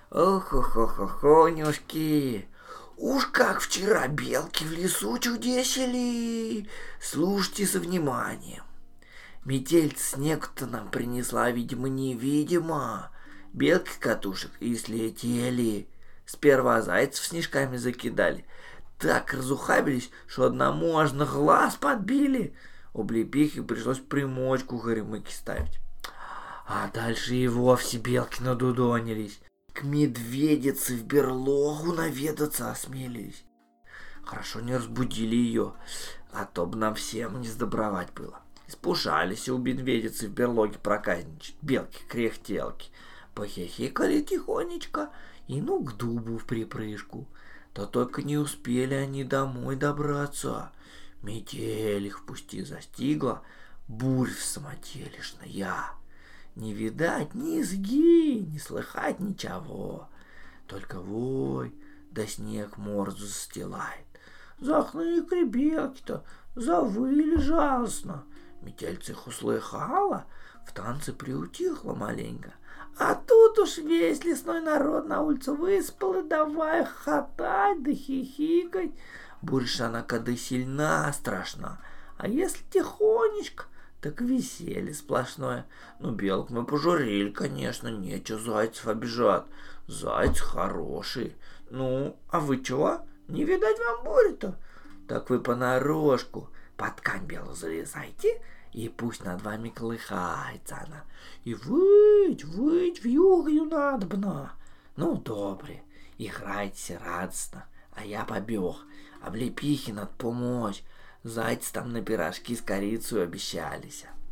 Ох-охо-хо-хонюшки, уж как вчера белки в лесу чудесили. Слушайте со вниманием. Метель снег-то нам принесла, видимо, невидимо. Белки катушек и слетели. Сперва зайцев снежками закидали. Так разухабились, что одному аж на глаз подбили. Облепихе пришлось примочку горемыки ставить. А дальше и вовсе белки надудонились. К медведице в берлогу наведаться осмелились. Хорошо не разбудили ее, а то бы нам всем не сдобровать было. Испужались у медведицы в берлоге проказничать белки-кряхтелки. Похихикали тихонечко и ну к дубу в припрыжку. Да только не успели они домой добраться. Метель их в пусти застигла, бурь самотелишная. Не видать низги, не слыхать ничего. Только вой, да снег морду застилает. Захныкали белки-то, завыли жалостно. Метельца их услыхала, в танце приутихла маленько. А тут уж весь лесной народ на улицу выспал и давай хохотать да хихикать. Буря она когда сильна, страшна, а если тихонечко, так веселье сплошное. Ну, белок мы пожурили, конечно, нечего зайцев обижать. Зайцы хорошие. Ну, а вы чего? Не видать вам бури-то? Так вы понарошку под ткань белую залезайте, и пусть над вами колыхается она. И выть вьюгою надобно. Ну, добре, играйте радостно, а я побег. Облепихи надо помочь. Зайцы там на пирожки с корицей обещались.